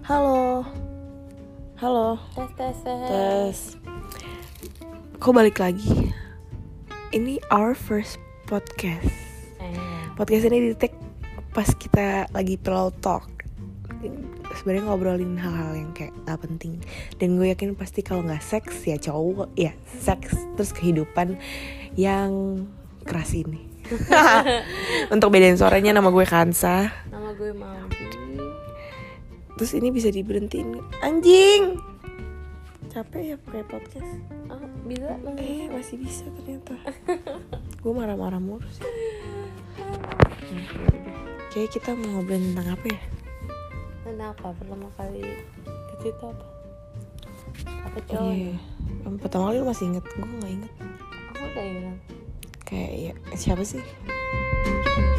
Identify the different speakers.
Speaker 1: Halo. Halo.
Speaker 2: Tes.
Speaker 1: Kok balik lagi? Ini our first podcast. Podcast ini di-take pas kita lagi pillow talk. Sebenarnya ngobrolin hal-hal yang kayak gak penting. Dan gue yakin pasti kalau gak seks ya cowok, ya seks. Terus kehidupan yang keras ini. Untuk bedain suaranya, nama gue Kansa.
Speaker 2: Nama gue Maudi.
Speaker 1: Terus ini bisa diberhentiin. Anjing, capek ya pakai podcast.
Speaker 2: Bisa?
Speaker 1: Masih bisa ternyata. Gue marah-marah mulu sih. Kayak kita mau ngobrolin tentang apa ya?
Speaker 2: Kenapa pertama kali ke situ apa? Apa cowok?
Speaker 1: Iya. Pertama kali lu masih inget? Gue gak inget.
Speaker 2: Aku udah bilang.
Speaker 1: Kayak ya, siapa sih?